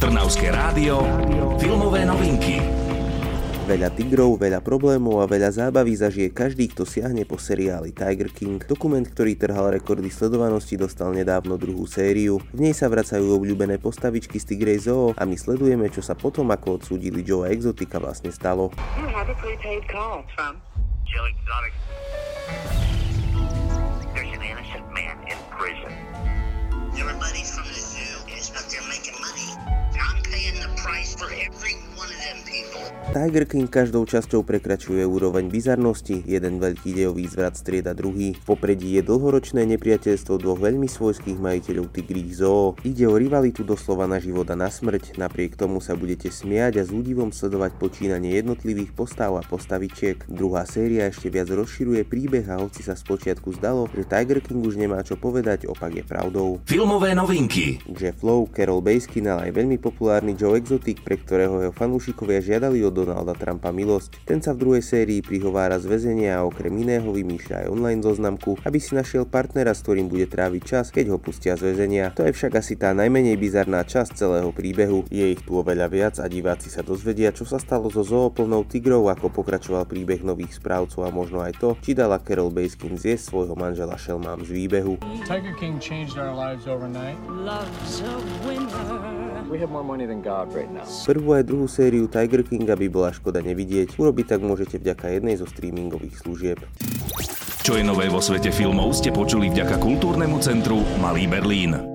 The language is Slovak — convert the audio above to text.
Trnavské rádio, filmové novinky. Veľa tigrov, veľa problémov a veľa zábavy zažije každý, kto siahne po seriáli Tiger King. Dokument, ktorý trhal rekordy sledovanosti, dostal nedávno druhú sériu. V nej sa vracajú obľúbené postavičky z Tigrej Zoo a my sledujeme, čo sa potom, ako odsúdili Joea Exotica, vlastne stalo. Everybody from the zoo is out there making money. I'm paying the price for every one of them people. Tiger King každou časťou prekračuje úroveň bizarnosti, jeden veľký dejový zvrat strieda druhý. V popredí je dlhoročné nepriateľstvo dvoch veľmi svojských majiteľov Tigrých Zoo. Ide o rivalitu doslova na život a na smrť, napriek tomu sa budete smiať a s údivom sledovať počínanie jednotlivých postav a postavičiek. Druhá séria ešte viac rozširuje príbeh a hoci sa spočiatku zdalo, že Tiger King už nemá čo povedať, opak je pravdou. Filmové novinky. Jeff Lowe, Carol Baskin, ale aj veľmi populárny Joe Exotic, pre ktorého jeho fanúšikovia žiadali od Donalda Trumpa milosť. Ten sa v druhej sérii prihovára z väzenia a okrem iného vymýšľa aj online zoznamku, aby si našiel partnera, s ktorým bude tráviť čas, keď ho pustia z väzenia. To je však asi tá najmenej bizarná časť celého príbehu. Je ich tu oveľa viac a diváci sa dozvedia, čo sa stalo so zoo plnou tigrov, ako pokračoval príbeh nových správcov a možno aj to, či dala Carol Baskin zjesť svojho manžela Šelmám z výbehu. Tiger King changed our lives overnight. Love's a winner. We have more money than God right now. Prvú aj druhú sériu Tiger Kinga by bola škoda nevidieť. Urobiť tak môžete vďaka jednej zo streamingových služieb. Čo je nové vo svete filmov, ste počuli vďaka Kultúrnemu centru Malý Berlín.